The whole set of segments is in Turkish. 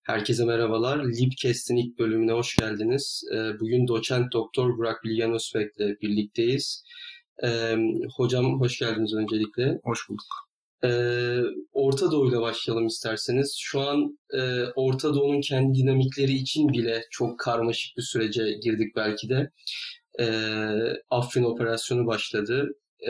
Herkese merhabalar. Libcast'in ilk bölümüne hoş geldiniz. Bugün doçent doktor Burak Bilgen Özbek'le birlikteyiz. Hocam hoş geldiniz öncelikle. Hoş bulduk. Orta Doğu'yla başlayalım isterseniz. Şu an Orta Doğu'nun kendi dinamikleri için bile çok karmaşık bir sürece girdik belki de. Afrin operasyonu başladı.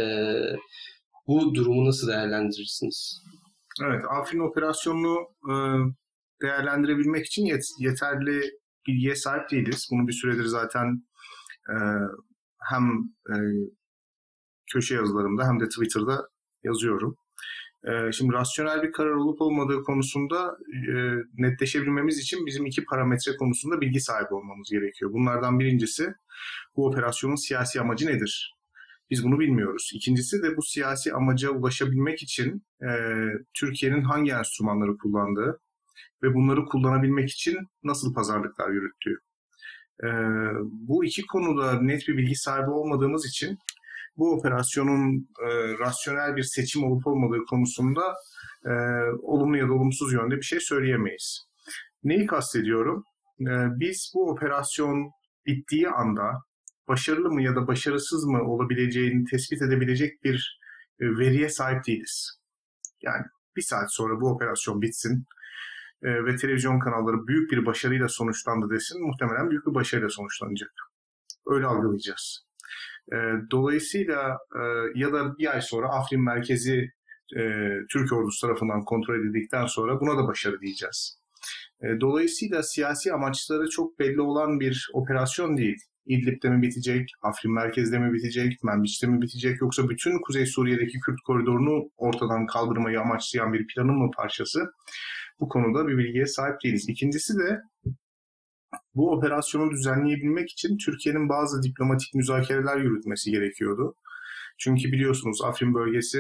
Bu durumu nasıl değerlendirirsiniz? Evet, Afrin operasyonunu değerlendirebilmek için yeterli bilgiye sahip değiliz. Bunu bir süredir zaten e, hem e, köşe yazılarımda hem de Twitter'da yazıyorum. Şimdi rasyonel bir karar olup olmadığı konusunda netleşebilmemiz için bizim iki parametre konusunda bilgi sahibi olmamız gerekiyor. Bunlardan birincisi bu operasyonun siyasi amacı nedir? Biz bunu bilmiyoruz. İkincisi de bu siyasi amaca ulaşabilmek için Türkiye'nin hangi enstrümanları kullandığı ve bunları kullanabilmek için nasıl pazarlıklar yürüttüğü. Bu iki konuda net bir bilgi sahibi olmadığımız için bu operasyonun rasyonel bir seçim olup olmadığı konusunda olumlu ya da olumsuz yönde bir şey söyleyemeyiz. Neyi kastediyorum? Biz bu operasyon bittiği anda başarılı mı ya da başarısız mı olabileceğini tespit edebilecek bir veriye sahip değiliz. Yani bir saat sonra bu operasyon bitsin ve televizyon kanalları büyük bir başarıyla sonuçlandı desin, muhtemelen büyük bir başarıyla sonuçlanacak. Öyle algılayacağız. Dolayısıyla ya da bir ay sonra Afrin merkezi Türk ordusu tarafından kontrol edildikten sonra buna da başarı diyeceğiz. Dolayısıyla siyasi amaçları çok belli olan bir operasyon değil. İdlib'de mi bitecek, Afrin merkezde mi bitecek, Menbiç'te mi bitecek, yoksa bütün Kuzey Suriye'deki Kürt koridorunu ortadan kaldırmayı amaçlayan bir planın mı parçası? Bu konuda bir bilgiye sahip değiliz. İkincisi de bu operasyonu düzenleyebilmek için Türkiye'nin bazı diplomatik müzakereler yürütmesi gerekiyordu. Çünkü biliyorsunuz Afrin bölgesi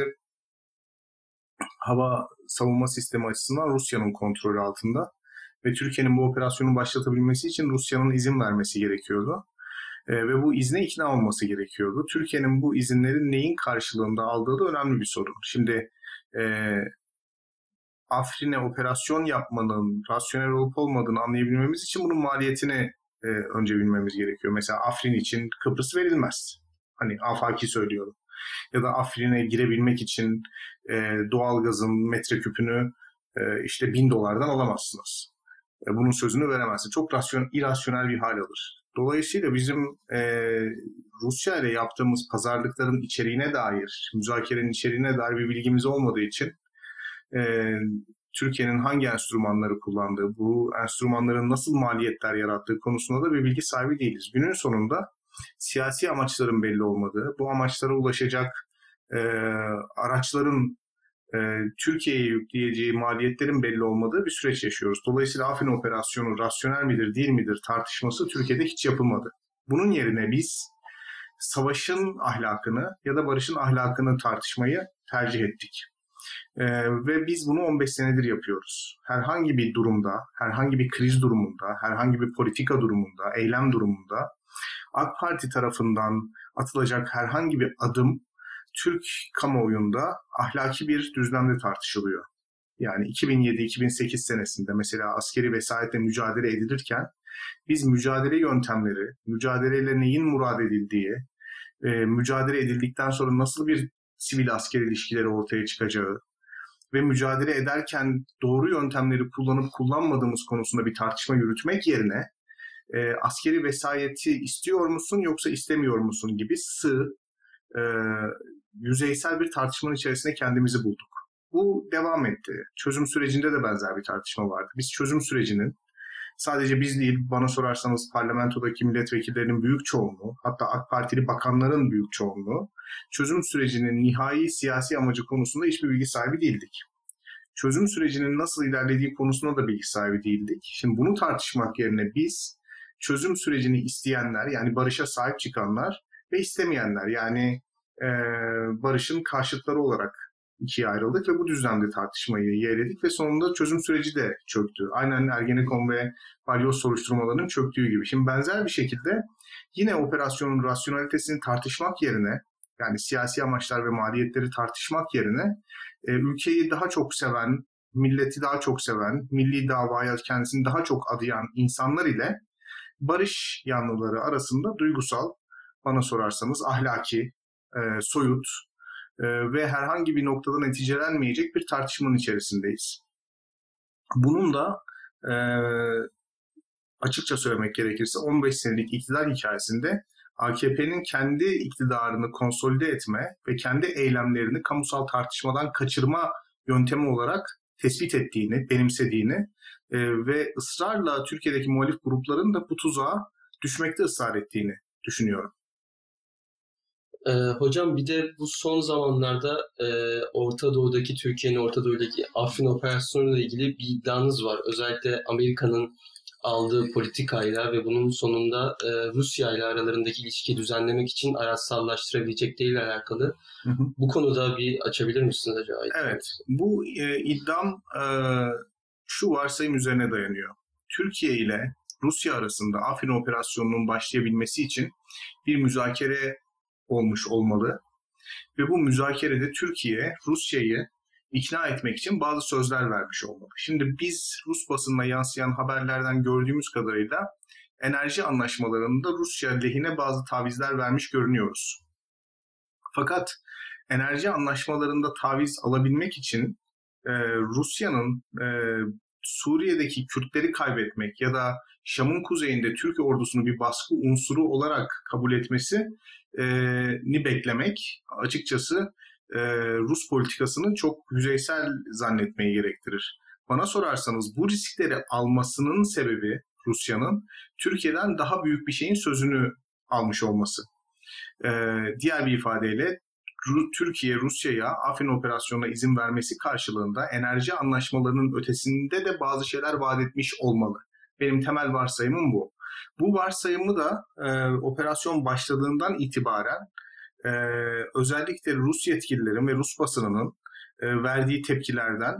hava savunma sistemi açısından Rusya'nın kontrolü altında ve Türkiye'nin bu operasyonu başlatabilmesi için Rusya'nın izin vermesi gerekiyordu. Ve bu izne ikna olması gerekiyordu. Türkiye'nin bu izinleri neyin karşılığında aldığı da önemli bir sorun. Şimdi Afrin'e operasyon yapmanın rasyonel olup olmadığını anlayabilmemiz için bunun maliyetini önce bilmemiz gerekiyor. Mesela Afrin için Kıbrıs verilmez. Hani afaki söylüyorum. Ya da Afrin'e girebilmek için doğalgazın metreküpünü işte $1000'dan alamazsınız. Bunun sözünü veremezsin. Çok irasyonel bir hal alır. Dolayısıyla bizim Rusya ile yaptığımız pazarlıkların içeriğine dair, müzakerenin içeriğine dair bir bilgimiz olmadığı için Türkiye'nin hangi enstrümanları kullandığı, bu enstrümanların nasıl maliyetler yarattığı konusunda da bir bilgi sahibi değiliz. Günün sonunda siyasi amaçların belli olmadığı, bu amaçlara ulaşacak araçların Türkiye'ye yükleyeceği maliyetlerin belli olmadığı bir süreç yaşıyoruz. Dolayısıyla Afrin operasyonu rasyonel midir değil midir tartışması Türkiye'de hiç yapılmadı. Bunun yerine biz savaşın ahlakını ya da barışın ahlakını tartışmayı tercih ettik. Ve biz bunu 15 senedir yapıyoruz. Herhangi bir durumda, herhangi bir kriz durumunda, herhangi bir politika durumunda, eylem durumunda AK Parti tarafından atılacak herhangi bir adım Türk kamuoyunda ahlaki bir düzlemde tartışılıyor. Yani 2007-2008 senesinde mesela askeri vesayetle mücadele edilirken biz mücadele yöntemleri, mücadeleyle neyin murad edildiği, mücadele edildikten sonra nasıl bir sivil asker ilişkileri ortaya çıkacağı ve mücadele ederken doğru yöntemleri kullanıp kullanmadığımız konusunda bir tartışma yürütmek yerine askeri vesayeti istiyor musun yoksa istemiyor musun gibi sığ, yüzeysel bir tartışmanın içerisinde kendimizi bulduk. Bu devam etti. Çözüm sürecinde de benzer bir tartışma vardı. Biz çözüm sürecinin sadece biz değil, bana sorarsanız parlamentodaki milletvekillerinin büyük çoğunluğu, hatta AK Partili bakanların büyük çoğunluğu, çözüm sürecinin nihai siyasi amacı konusunda hiçbir bilgi sahibi değildik. Çözüm sürecinin nasıl ilerlediği konusunda da bilgi sahibi değildik. Şimdi bunu tartışmak yerine biz çözüm sürecini isteyenler, yani barışa sahip çıkanlar ve istemeyenler, yani barışın karşıtları olarak ikiye ayrıldık ve bu düzlemde tartışmayı yeğledik ve sonunda çözüm süreci de çöktü. Aynen Ergenekon ve Balyoz soruşturmalarının çöktüğü gibi. Şimdi benzer bir şekilde yine operasyonun rasyonalitesini tartışmak yerine, yani siyasi amaçlar ve maliyetleri tartışmak yerine ülkeyi daha çok seven, milleti daha çok seven, milli davaya kendisini daha çok adayan insanlar ile barış yanlıları arasında duygusal, bana sorarsanız ahlaki, soyut ve herhangi bir noktada neticelenmeyecek bir tartışmanın içerisindeyiz. Bunun da açıkça söylemek gerekirse 15 senelik iktidar hikayesinde AKP'nin kendi iktidarını konsolide etme ve kendi eylemlerini kamusal tartışmadan kaçırma yöntemi olarak tespit ettiğini, benimsediğini ve ısrarla Türkiye'deki muhalif grupların da bu tuzağa düşmekte ısrar ettiğini düşünüyorum. Hocam bir de bu son zamanlarda Orta Doğu'daki, Türkiye'nin Orta Doğu'daki Afrin operasyonuyla ilgili bir iddianız var. Özellikle Amerika'nın aldığı politikayla ve bunun sonunda Rusya ile aralarındaki ilişkiyi düzenlemek için araçsallaştırabilecekleriyle alakalı. Bu konuda bir açabilir misiniz acaba? Evet, bu iddiam şu varsayım üzerine dayanıyor. Türkiye ile Rusya arasında Afrin operasyonunun başlayabilmesi için bir müzakere olmuş olmalı ve bu müzakerede Türkiye, Rusya'yı ikna etmek için bazı sözler vermiş olmalı. Şimdi biz Rus basınına yansıyan haberlerden gördüğümüz kadarıyla enerji anlaşmalarında Rusya lehine bazı tavizler vermiş görünüyoruz. Fakat enerji anlaşmalarında taviz alabilmek için Rusya'nın Suriye'deki Kürtleri kaybetmek ya da Şam'ın kuzeyinde Türk ordusunu bir baskı unsuru olarak kabul etmesini beklemek açıkçası Rus politikasını çok yüzeysel zannetmeyi gerektirir. Bana sorarsanız bu riskleri almasının sebebi Rusya'nın Türkiye'den daha büyük bir şeyin sözünü almış olması. Diğer bir ifadeyle Türkiye Rusya'ya Afrin operasyonuna izin vermesi karşılığında enerji anlaşmalarının ötesinde de bazı şeyler vaat etmiş olmalı. Benim temel varsayımım bu. Bu varsayımı da operasyon başladığından itibaren özellikle Rus yetkililerin ve Rus basınının verdiği tepkilerden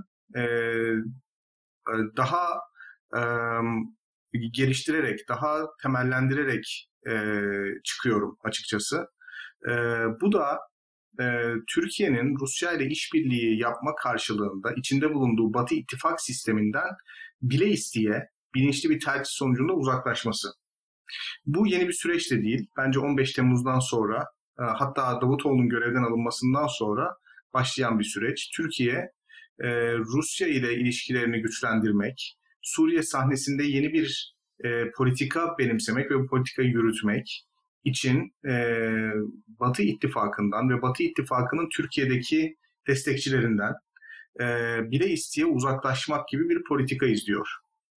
daha geliştirerek, daha temellendirerek çıkıyorum açıkçası. Bu da Türkiye'nin Rusya ile işbirliği yapma karşılığında içinde bulunduğu Batı ittifak sisteminden bile isteye bilinçli bir tercih sonucunda uzaklaşması. Bu yeni bir süreç de değil. Bence 15 Temmuz'dan sonra hatta Davutoğlu'nun görevden alınmasından sonra başlayan bir süreç. Türkiye Rusya ile ilişkilerini güçlendirmek, Suriye sahnesinde yeni bir politika benimsemek ve bu politikayı yürütmek için Batı ittifakından ve Batı ittifakının Türkiye'deki destekçilerinden bile isteye uzaklaşmak gibi bir politika izliyor.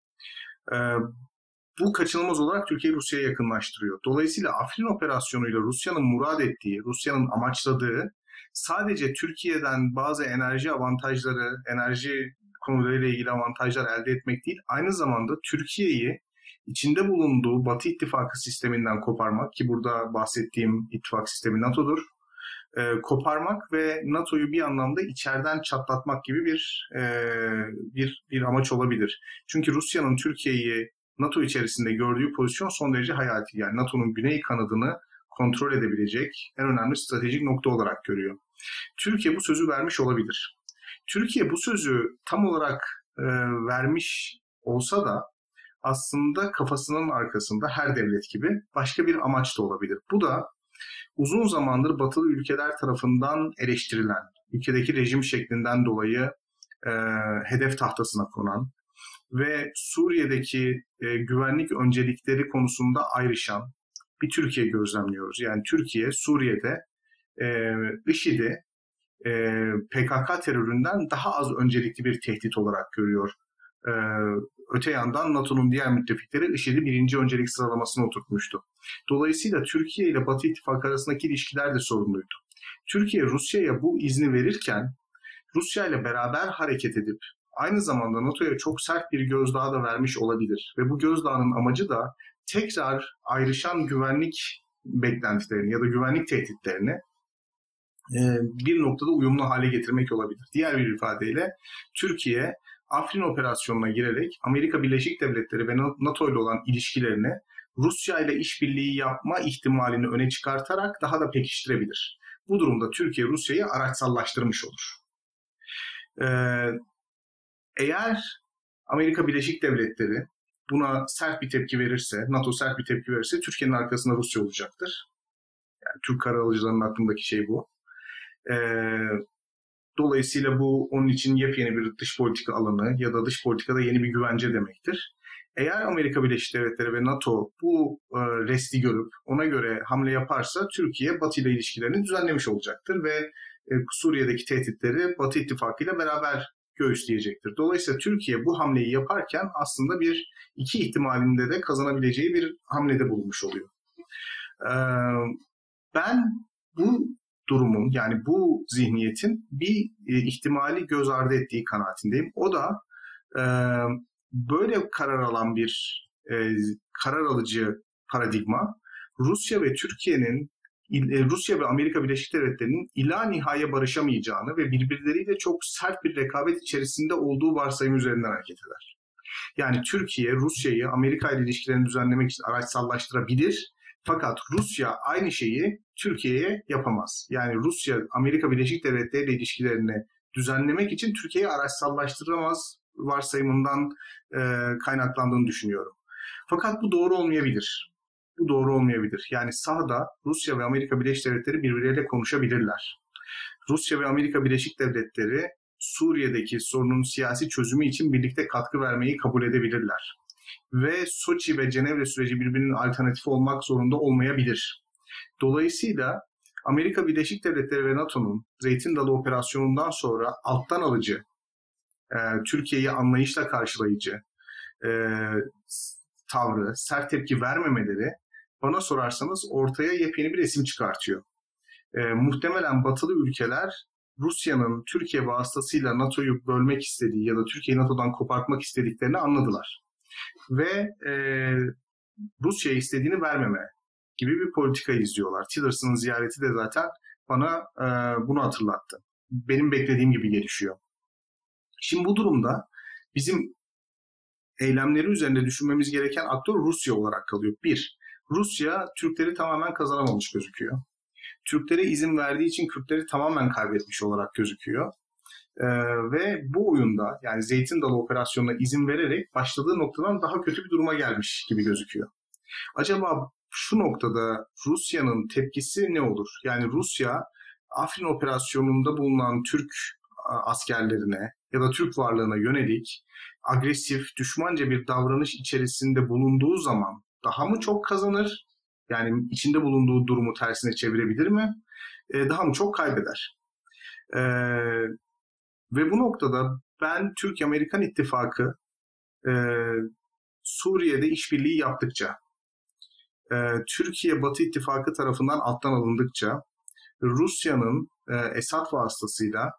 Bu kaçınılmaz olarak Türkiye'yi Rusya'ya yakınlaştırıyor. Dolayısıyla Afrin operasyonuyla Rusya'nın murad ettiği, Rusya'nın amaçladığı sadece Türkiye'den bazı enerji avantajları, enerji konularıyla ilgili avantajlar elde etmek değil, aynı zamanda Türkiye'yi içinde bulunduğu Batı ittifakı sisteminden koparmak, ki burada bahsettiğim ittifak sistemi NATO'dur, koparmak ve NATO'yu bir anlamda içeriden çatlatmak gibi bir amaç olabilir. Çünkü Rusya'nın Türkiye'yi NATO içerisinde gördüğü pozisyon son derece hayati. Yani NATO'nun güney kanadını kontrol edebilecek en önemli stratejik nokta olarak görüyor. Türkiye bu sözü vermiş olabilir. Türkiye bu sözü tam olarak vermiş olsa da aslında kafasının arkasında her devlet gibi başka bir amaç da olabilir. Bu da uzun zamandır batılı ülkeler tarafından eleştirilen, ülkedeki rejim şeklinden dolayı hedef tahtasına konan ve Suriye'deki güvenlik öncelikleri konusunda ayrışan bir Türkiye gözlemliyoruz. Yani Türkiye Suriye'de IŞİD'i PKK teröründen daha az öncelikli bir tehdit olarak görüyor. Öte yandan NATO'nun diğer müttefikleri IŞİD'i birinci öncelik sıralamasına oturtmuştu. Dolayısıyla Türkiye ile Batı İttifakı arasındaki ilişkiler de sorunluydu. Türkiye Rusya'ya bu izni verirken Rusya ile beraber hareket edip aynı zamanda NATO'ya çok sert bir gözdağı da vermiş olabilir. Ve bu gözdağının amacı da tekrar ayrışan güvenlik beklentilerini ya da güvenlik tehditlerini bir noktada uyumlu hale getirmek olabilir. Diğer bir ifadeyle Türkiye Afrin operasyonuna girerek Amerika Birleşik Devletleri ve NATO ile olan ilişkilerini Rusya ile işbirliği yapma ihtimalini öne çıkartarak daha da pekiştirebilir. Bu durumda Türkiye Rusya'yı araçsallaştırmış olur. Eğer Amerika Birleşik Devletleri buna sert bir tepki verirse, NATO sert bir tepki verirse Türkiye'nin arkasında Rusya olacaktır. Yani Türk kara alıcılarının aklındaki şey bu. Dolayısıyla bu onun için yepyeni bir dış politika alanı ya da dış politikada yeni bir güvence demektir. Eğer Amerika Birleşik Devletleri ve NATO bu resti görüp ona göre hamle yaparsa Türkiye Batı ile ilişkilerini düzenlemiş olacaktır ve Suriye'deki tehditleri Batı İttifakı ile beraber göğüsleyecektir. Dolayısıyla Türkiye bu hamleyi yaparken aslında iki ihtimalinde de kazanabileceği bir hamlede bulunmuş oluyor. Ben bu durumun, yani bu zihniyetin bir ihtimali göz ardı ettiği kanaatindeyim. O da böyle karar alan bir karar alıcı paradigma Rusya ve Amerika Birleşik Devletleri'nin ila nihaya barışamayacağını ve birbirleriyle çok sert bir rekabet içerisinde olduğu varsayım üzerinden hareket eder. Yani Türkiye, Rusya'yı Amerika ile ilişkilerini düzenlemek için araçsallaştırabilir. Fakat Rusya aynı şeyi Türkiye'ye yapamaz. Yani Rusya, Amerika Birleşik Devletleri ile ilişkilerini düzenlemek için Türkiye'yi araçsallaştıramaz varsayımından kaynaklandığını düşünüyorum. Fakat bu doğru olmayabilir. Bu doğru olmayabilir. Yani sahada Rusya ve Amerika Birleşik Devletleri birbirleriyle konuşabilirler. Rusya ve Amerika Birleşik Devletleri Suriye'deki sorunun siyasi çözümü için birlikte katkı vermeyi kabul edebilirler. Ve Soçi ve Cenevre süreci birbirinin alternatifi olmak zorunda olmayabilir. Dolayısıyla Amerika Birleşik Devletleri ve NATO'nun Zeytin Dalı operasyonundan sonra alttan alıcı, Türkiye'yi anlayışla karşılayıcı tavrı, sert tepki vermemeleri bana sorarsanız ortaya yepyeni bir resim çıkartıyor. Muhtemelen batılı ülkeler Rusya'nın Türkiye vasıtasıyla NATO'yu bölmek istediği ya da Türkiye'yi NATO'dan kopartmak istediklerini anladılar. Ve Rusya'ya istediğini vermeme gibi bir politika izliyorlar. Tillerson'ın ziyareti de zaten bana bunu hatırlattı. Benim beklediğim gibi gelişiyor. Şimdi bu durumda bizim eylemleri üzerinde düşünmemiz gereken aktör Rusya olarak kalıyor. Rusya Türkleri tamamen kazanamamış gözüküyor. Türklere izin verdiği için Kürtleri tamamen kaybetmiş olarak gözüküyor. Ve bu oyunda, yani Zeytin Dalı operasyonuna izin vererek başladığı noktadan daha kötü bir duruma gelmiş gibi gözüküyor. Acaba şu noktada Rusya'nın tepkisi ne olur? Yani Rusya Afrin operasyonunda bulunan Türk askerlerine ya da Türk varlığına yönelik agresif, düşmanca bir davranış içerisinde bulunduğu zaman daha mı çok kazanır? Yani içinde bulunduğu durumu tersine çevirebilir mi? Daha mı çok kaybeder? Ve bu noktada ben Türk-Amerikan ittifakı Suriye'de işbirliği yaptıkça, Türkiye Batı ittifakı tarafından alttan alındıkça, Rusya'nın Esad vasıtasıyla,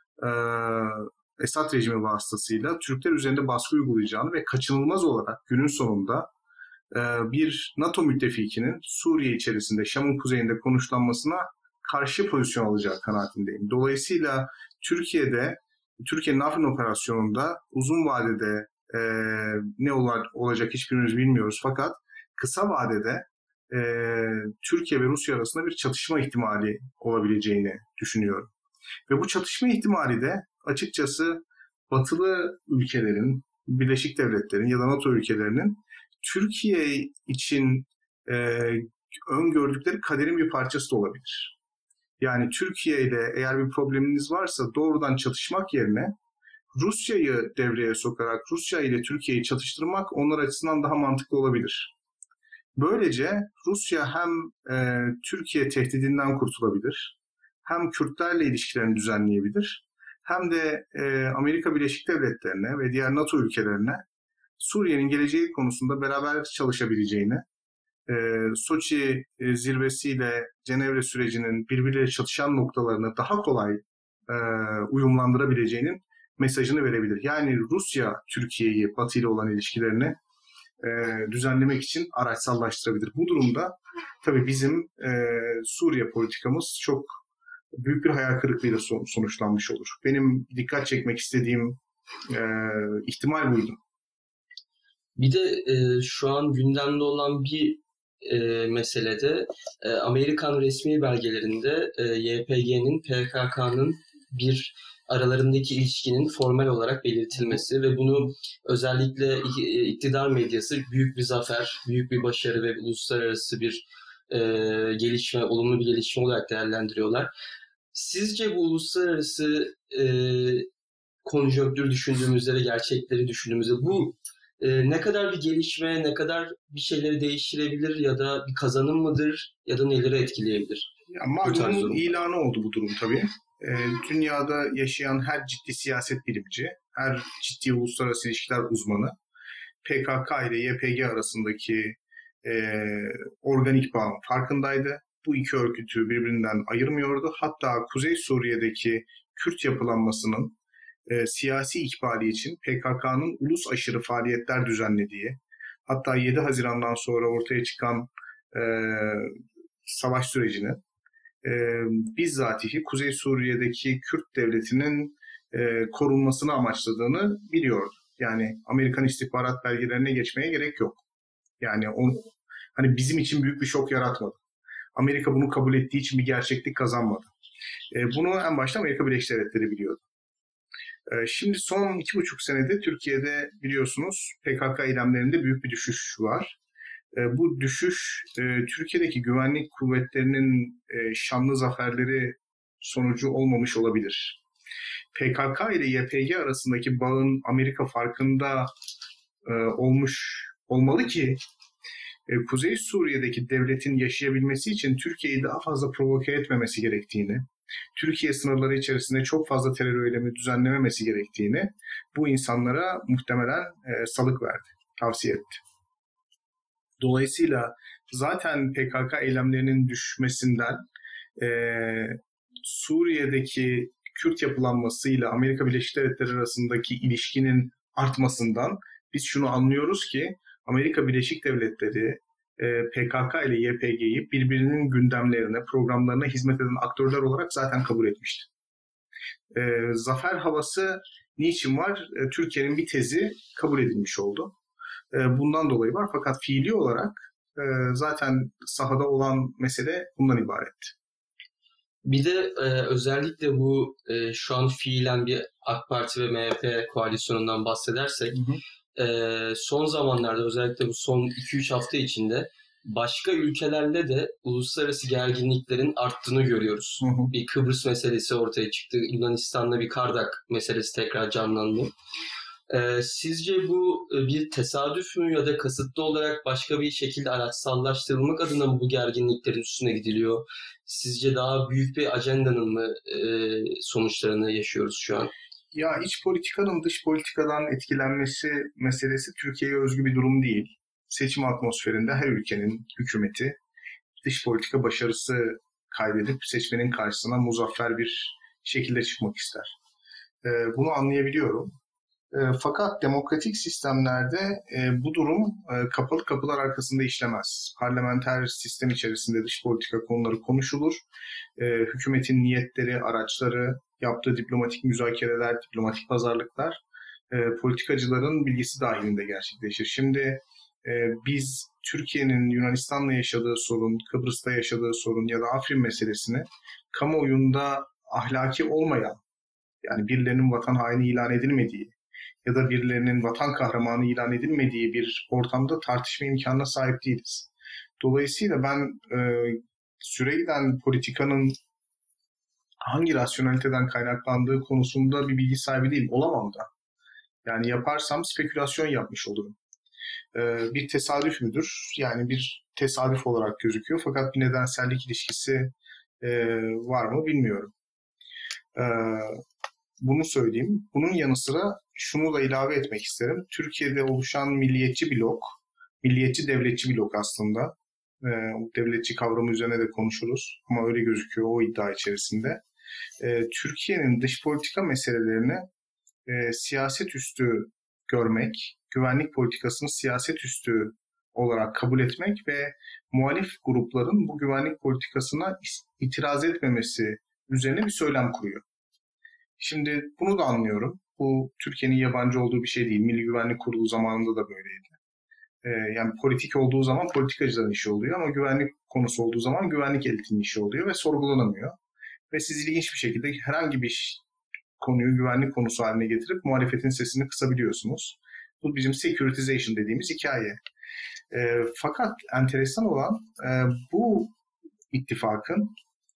Esad rejimi vasıtasıyla Türkler üzerinde baskı uygulayacağını ve kaçınılmaz olarak günün sonunda bir NATO müttefikinin Suriye içerisinde, Şam'ın kuzeyinde konuşlanmasına karşı pozisyon alacağı kanaatindeyim. Dolayısıyla Türkiye'nin Afrin operasyonunda uzun vadede ne olacak hiçbirimiz bilmiyoruz. Fakat kısa vadede Türkiye ve Rusya arasında bir çatışma ihtimali olabileceğini düşünüyorum. Ve bu çatışma ihtimali de açıkçası batılı ülkelerin, Birleşik Devletler'in ya da NATO ülkelerinin Türkiye için öngördükleri kaderin bir parçası da olabilir. Yani Türkiye ile eğer bir probleminiz varsa doğrudan çatışmak yerine Rusya'yı devreye sokarak Rusya ile Türkiye'yi çatıştırmak onlar açısından daha mantıklı olabilir. Böylece Rusya hem Türkiye tehdidinden kurtulabilir, hem Kürtlerle ilişkilerini düzenleyebilir, hem de Amerika Birleşik Devletleri'ne ve diğer NATO ülkelerine Suriye'nin geleceği konusunda beraber çalışabileceğini, Soçi zirvesiyle Cenevre sürecinin birbirleriyle çatışan noktalarını daha kolay uyumlandırabileceğinin mesajını verebilir. Yani Rusya, Türkiye'yi, Batı ile olan ilişkilerini düzenlemek için araçsallaştırabilir. Bu durumda tabii bizim Suriye politikamız çok büyük bir hayal kırıklığıyla sonuçlanmış olur. Benim dikkat çekmek istediğim ihtimal buydu. Bir de şu an gündemde olan bir meselede Amerikan resmi belgelerinde YPG'nin, PKK'nın bir aralarındaki ilişkinin formal olarak belirtilmesi ve bunu özellikle iktidar medyası büyük bir zafer, büyük bir başarı ve uluslararası bir gelişme, olumlu bir gelişme olarak değerlendiriyorlar. Sizce bu uluslararası konjonktürü düşündüğümüzde ve gerçekleri düşündüğümüzde bu ne kadar bir gelişme, ne kadar bir şeyleri değiştirebilir ya da bir kazanım mıdır ya da neleri etkileyebilir? Ya, malumun ilanı oldu bu durum tabii. Dünyada yaşayan her ciddi siyaset bilimci, her ciddi uluslararası ilişkiler uzmanı PKK ile YPG arasındaki organik bağın farkındaydı. Bu iki örgütü birbirinden ayırmıyordu. Hatta Kuzey Suriye'deki Kürt yapılanmasının siyasi ikbali için PKK'nın ulus aşırı faaliyetler düzenlediği, hatta 7 Haziran'dan sonra ortaya çıkan savaş sürecini bizzatihi Kuzey Suriye'deki Kürt devletinin korunmasını amaçladığını biliyordu. Yani Amerikan istihbarat belgelerine geçmeye gerek yok. Yani hani bizim için büyük bir şok yaratmadı. Amerika bunu kabul ettiği için bir gerçeklik kazanmadı. Bunu en başta Amerika Birleşik Devletleri biliyordu. Şimdi son 2,5 senede Türkiye'de biliyorsunuz PKK eylemlerinde büyük bir düşüş var. Bu düşüş Türkiye'deki güvenlik kuvvetlerinin şanlı zaferleri sonucu olmamış olabilir. PKK ile YPG arasındaki bağın Amerika farkında olmuş olmalı ki Kuzey Suriye'deki devletin yaşayabilmesi için Türkiye'yi daha fazla provoke etmemesi gerektiğini, Türkiye sınırları içerisinde çok fazla terör eylemi düzenlememesi gerektiğini bu insanlara muhtemelen salık verdi, tavsiye etti. Dolayısıyla zaten PKK eylemlerinin düşmesinden Suriye'deki Kürt yapılanmasıyla Amerika Birleşik Devletleri arasındaki ilişkinin artmasından biz şunu anlıyoruz ki Amerika Birleşik Devletleri PKK ile YPG'yi birbirinin gündemlerine, programlarına hizmet eden aktörler olarak zaten kabul etmişti. Zafer havası niçin var? Türkiye'nin bir tezi kabul edilmiş oldu. Bundan dolayı var. Fakat fiili olarak zaten sahada olan mesele bundan ibaretti. Bir de özellikle bu şu an fiilen bir AK Parti ve MHP koalisyonundan bahsedersek, son zamanlarda özellikle bu son 2-3 hafta içinde başka ülkelerle de uluslararası gerginliklerin arttığını görüyoruz. Bir Kıbrıs meselesi ortaya çıktı. Yunanistan'da bir Kardak meselesi tekrar canlandı. Sizce bu bir tesadüf mü ya da kasıtlı olarak başka bir şekilde araçsallaştırılmak adına mı bu gerginliklerin üstüne gidiliyor? Sizce daha büyük bir ajandanın mı sonuçlarını yaşıyoruz şu an? Ya, iç politikanın dış politikadan etkilenmesi meselesi Türkiye'ye özgü bir durum değil. Seçim atmosferinde her ülkenin hükümeti dış politika başarısı kaydedip seçmenin karşısına muzaffer bir şekilde çıkmak ister. Bunu anlayabiliyorum. Fakat demokratik sistemlerde bu durum kapalı kapılar arkasında işlemez. Parlamenter sistem içerisinde dış politika konuları konuşulur. Hükümetin niyetleri, araçları, yaptığı diplomatik müzakereler, diplomatik pazarlıklar politikacıların bilgisi dahilinde gerçekleşir. Şimdi biz Türkiye'nin Yunanistan'la yaşadığı sorun, Kıbrıs'ta yaşadığı sorun ya da Afrin meselesini kamuoyunda ahlaki olmayan, yani birilerinin vatan haini ilan edilmediği ya da birilerinin vatan kahramanı ilan edilmediği bir ortamda tartışma imkanına sahip değiliz. Dolayısıyla ben süregiden politikanın hangi rasyonaliteden kaynaklandığı konusunda bir bilgi sahibi değilim. Olamam da. Yani yaparsam spekülasyon yapmış olurum. Bir tesadüf müdür? Yani bir tesadüf olarak gözüküyor. Fakat bir nedensellik ilişkisi var mı bilmiyorum. Bunu söyleyeyim. Bunun yanı sıra şunu da ilave etmek isterim. Türkiye'de oluşan milliyetçi blok, milliyetçi devletçi blok aslında. Devletçi kavramı üzerine de konuşuruz. Ama öyle gözüküyor o iddia içerisinde. Türkiye'nin dış politika meselelerini siyaset üstü görmek, güvenlik politikasını siyaset üstü olarak kabul etmek ve muhalif grupların bu güvenlik politikasına itiraz etmemesi üzerine bir söylem kuruyor. Şimdi bunu da anlıyorum. Bu Türkiye'nin yabancı olduğu bir şey değil. Milli Güvenlik Kurulu zamanında da böyleydi. Yani politik olduğu zaman politikacıların işi oluyor ama güvenlik konusu olduğu zaman güvenlik elitinin işi oluyor ve sorgulanamıyor. Ve siz ilginç bir şekilde herhangi bir konuyu güvenlik konusu haline getirip muhalefetin sesini kısabiliyorsunuz. Bu bizim securitization dediğimiz hikaye. Fakat enteresan olan bu ittifakın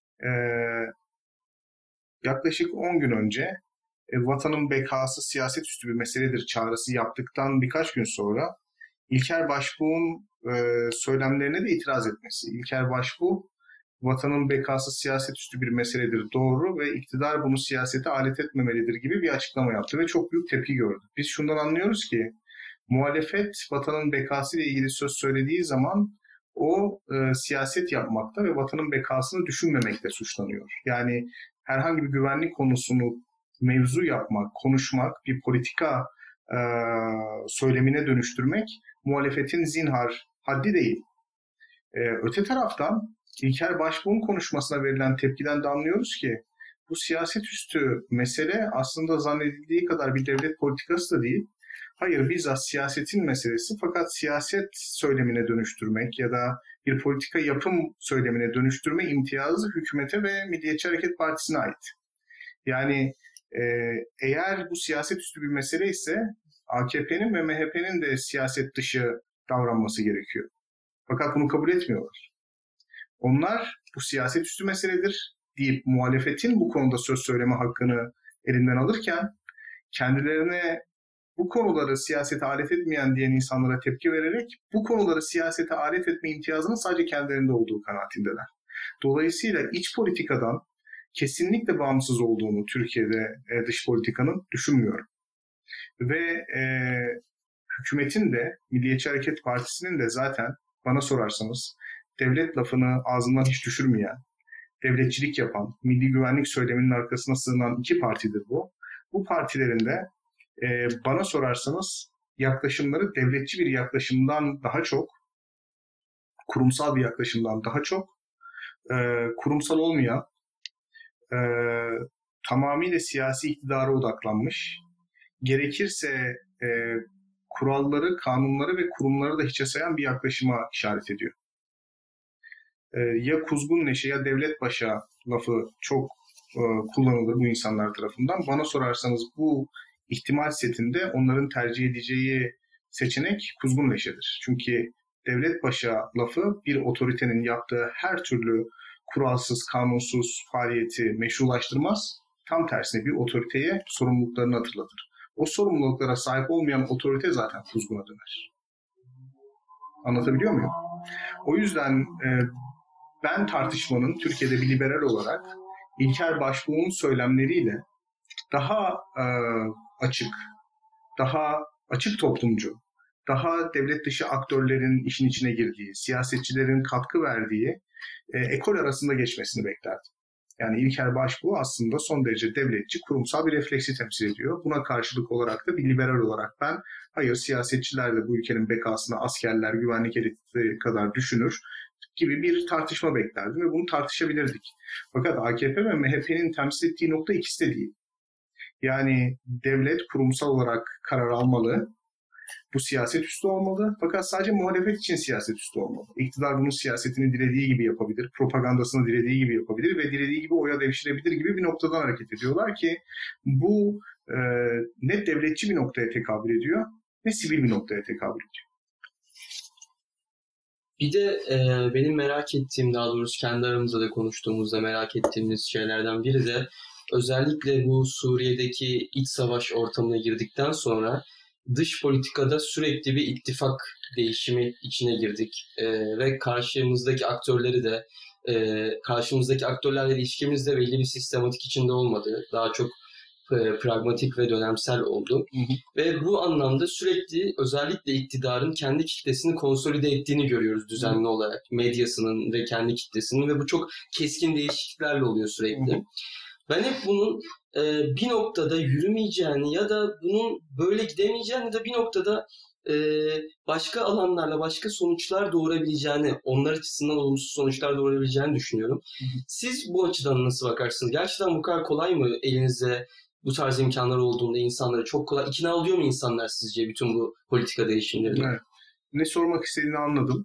yaklaşık 10 gün önce vatanın bekası siyaset üstü bir meseledir çağrısı yaptıktan birkaç gün sonra İlker Başbuğ'un söylemlerine de itiraz etmesi. İlker Başbuğ, vatanın bekası siyaset üstü bir meseledir, doğru ve iktidar bunu siyasete alet etmemelidir gibi bir açıklama yaptı ve çok büyük tepki gördü. Biz şundan anlıyoruz ki muhalefet vatanın bekası ile ilgili söz söylediği zaman o siyaset yapmakta ve vatanın bekasını düşünmemekte suçlanıyor. Yani herhangi bir güvenlik konusunu mevzu yapmak, konuşmak, bir politika söylemine dönüştürmek muhalefetin zinhar haddi değil. Öte taraftan İlker Başbuğ'un konuşmasına verilen tepkiden de anlıyoruz ki bu siyaset üstü mesele aslında zannedildiği kadar bir devlet politikası da değil. Hayır, bizzat siyasetin meselesi, fakat siyaset söylemine dönüştürmek ya da bir politika yapım söylemine dönüştürme imtiyazı hükümete ve Milliyetçi Hareket Partisi'ne ait. Yani eğer bu siyaset üstü bir mesele ise AKP'nin ve MHP'nin de siyaset dışı davranması gerekiyor. Fakat bunu kabul etmiyorlar. Onlar bu siyaset üstü meseledir deyip muhalefetin bu konuda söz söyleme hakkını elinden alırken kendilerine bu konuları siyasete alet etmeyen diyen insanlara tepki vererek bu konuları siyasete alet etme imtiyazının sadece kendilerinde olduğu kanaatindeler. Dolayısıyla iç politikadan kesinlikle bağımsız olduğunu Türkiye'de dış politikanın düşünmüyorum. Ve hükümetin de Milliyetçi Hareket Partisi'nin de zaten bana sorarsanız devlet lafını ağzından hiç düşürmeyen, devletçilik yapan, milli güvenlik söyleminin arkasına sığınan iki partidir bu. Bu partilerin de bana sorarsanız yaklaşımları devletçi bir yaklaşımdan daha çok, kurumsal bir yaklaşımdan daha çok, kurumsal olmayan, tamamıyla siyasi iktidara odaklanmış, gerekirse kuralları, kanunları ve kurumları da hiçe sayan bir yaklaşıma işaret ediyor. Ya kuzgun neşe ya devlet başa lafı çok kullanılır bu insanlar tarafından. Bana sorarsanız bu ihtimal setinde onların tercih edeceği seçenek kuzgun neşedir. Çünkü devlet başa lafı bir otoritenin yaptığı her türlü kuralsız, kanunsuz faaliyeti meşrulaştırmaz. Tam tersine bir otoriteye sorumluluklarını hatırlatır. O sorumluluklara sahip olmayan otorite zaten kuzguna döner. Anlatabiliyor muyum? O yüzden ben tartışmanın Türkiye'de bir liberal olarak İlker Başbuğ'un söylemleriyle daha açık toplumcu, daha devlet dışı aktörlerin işin içine girdiği, siyasetçilerin katkı verdiği ekol arasında geçmesini beklerdim. Yani İlker Başbuğ aslında son derece devletçi, kurumsal bir refleksi temsil ediyor. Buna karşılık olarak da bir liberal olarak ben, hayır siyasetçiler de bu ülkenin bekasını askerler, güvenlik eliti kadar düşünür gibi bir tartışma beklerdim ve bunu tartışabilirdik. Fakat AKP ve MHP'nin temsil ettiği nokta ikisi de değil. Yani devlet kurumsal olarak karar almalı, bu siyaset üstü olmalı, fakat sadece muhalefet için siyaset üstü olmalı. İktidar bunun siyasetini dilediği gibi yapabilir, propagandasını dilediği gibi yapabilir ve dilediği gibi oya devşirebilir gibi bir noktadan hareket ediyorlar ki bu ne devletçi bir noktaya tekabül ediyor ne sivil bir noktaya tekabül ediyor. Bir de benim merak ettiğim, daha doğrusu kendi aramızda da konuştuğumuzda merak ettiğimiz şeylerden biri de özellikle bu Suriye'deki iç savaş ortamına girdikten sonra dış politikada sürekli bir ittifak değişimi içine girdik ve karşımızdaki aktörlerle ilişkimiz de belli bir sistematik içinde olmadı. Daha çok pragmatik ve dönemsel oldu. Hı hı. Ve bu anlamda sürekli özellikle iktidarın kendi kitlesini konsolide ettiğini görüyoruz düzenli olarak. Medyasının ve kendi kitlesinin ve bu çok keskin değişikliklerle oluyor sürekli. Hı hı. Ben hep bunun bir noktada yürümeyeceğini ya da bunun böyle gidemeyeceğini ya da bir noktada başka alanlarla başka sonuçlar doğurabileceğini, onlar açısından olumsuz sonuçlar doğurabileceğini düşünüyorum. Hı hı. Siz bu açıdan nasıl bakarsınız? Gerçekten bu kadar kolay mı elinizde bu tarz imkanlar olduğunda insanları çok kolay ikna oluyor mu insanlar sizce bütün bu politika değişimlerine? Evet. Ne sormak istediğini anladım.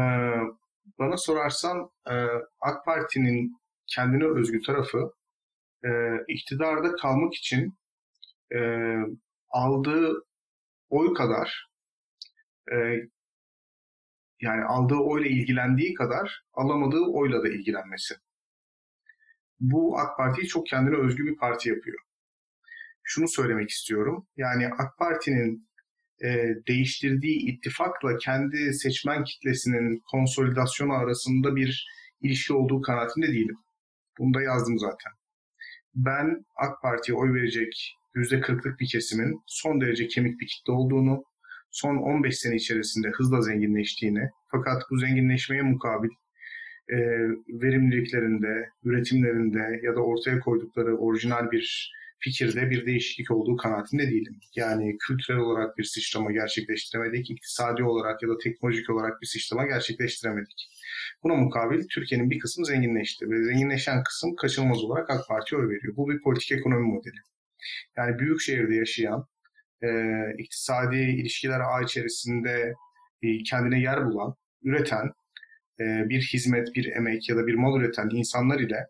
Bana sorarsan AK Parti'nin kendine özgü tarafı iktidarda kalmak için aldığı oy kadar, yani aldığı oyla ilgilendiği kadar alamadığı oyla da ilgilenmesi. Bu AK Parti'yi çok kendine özgü bir parti yapıyor. Şunu söylemek istiyorum. Yani AK Parti'nin değiştirdiği ittifakla kendi seçmen kitlesinin konsolidasyonu arasında bir ilişki olduğu kanaatinde değilim. Bunu da yazdım zaten. Ben AK Parti'ye oy verecek %40'lık bir kesimin son derece kemik bir kitle olduğunu, son 15 sene içerisinde hızla zenginleştiğini, fakat bu zenginleşmeye mukabil verimliliklerinde, üretimlerinde ya da ortaya koydukları orijinal bir fikirde bir değişiklik olduğu kanaatinde değilim. Yani kültürel olarak bir sıçrama gerçekleştiremedik, iktisadi olarak ya da teknolojik olarak bir sıçrama gerçekleştiremedik. Buna mukabil Türkiye'nin bir kısmı zenginleşti ve zenginleşen kısım kaçınılmaz olarak AK Parti'ye oy veriyor. Bu bir politik ekonomi modeli. Yani büyük şehirde yaşayan, iktisadi ilişkiler ağ içerisinde kendine yer bulan, üreten, bir hizmet, bir emek ya da bir mal üreten insanlar ile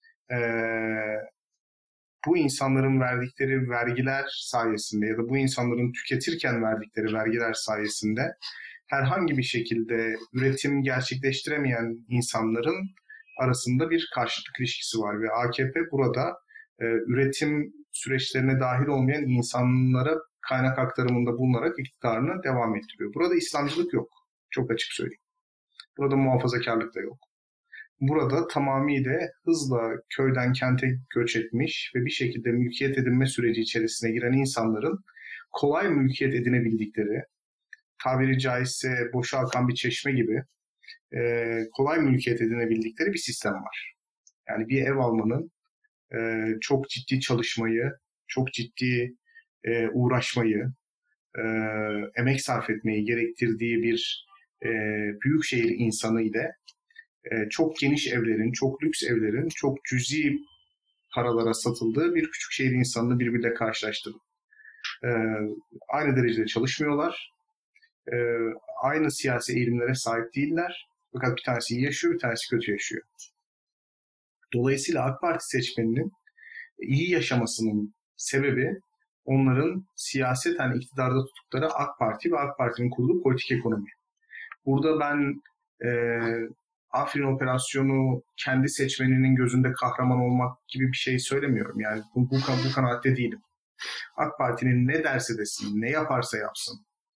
bu insanların verdikleri vergiler sayesinde ya da bu insanların tüketirken verdikleri vergiler sayesinde herhangi bir şekilde üretim gerçekleştiremeyen insanların arasında bir karşıtlık ilişkisi var ve AKP burada üretim süreçlerine dahil olmayan insanlara kaynak aktarımında bulunarak iktidarını devam ettiriyor. Burada İslamcılık yok. Çok açık söyleyeyim. Burada muhafazakarlık da yok. Burada tamamıyla hızla köyden kente göç etmiş ve bir şekilde mülkiyet edinme süreci içerisine giren insanların kolay mülkiyet edinebildikleri, tabiri caizse boşa akan bir çeşme gibi kolay mülkiyet edinebildikleri bir sistem var. Yani bir ev almanın çok ciddi çalışmayı, çok ciddi uğraşmayı, emek sarf etmeyi gerektirdiği bir büyükşehir insanı ile çok geniş evlerin, çok lüks evlerin, çok cüzi paralara satıldığı bir küçük şehir insanını birbiriyle karşılaştırdım. Aynı derecede çalışmıyorlar. Aynı siyasi eğilimlere sahip değiller. Fakat bir tanesi iyi yaşıyor, bir tanesi kötü yaşıyor. Dolayısıyla AK Parti seçmeninin iyi yaşamasının sebebi onların siyaseten iktidarda tuttukları AK Parti ve AK Parti'nin kurduğu politik ekonomi. Burada ben Afrin operasyonu kendi seçmeninin gözünde kahraman olmak gibi bir şey söylemiyorum. Yani bu kanaatte değilim. AK Parti'nin ne derse desin, ne yaparsa yapsın,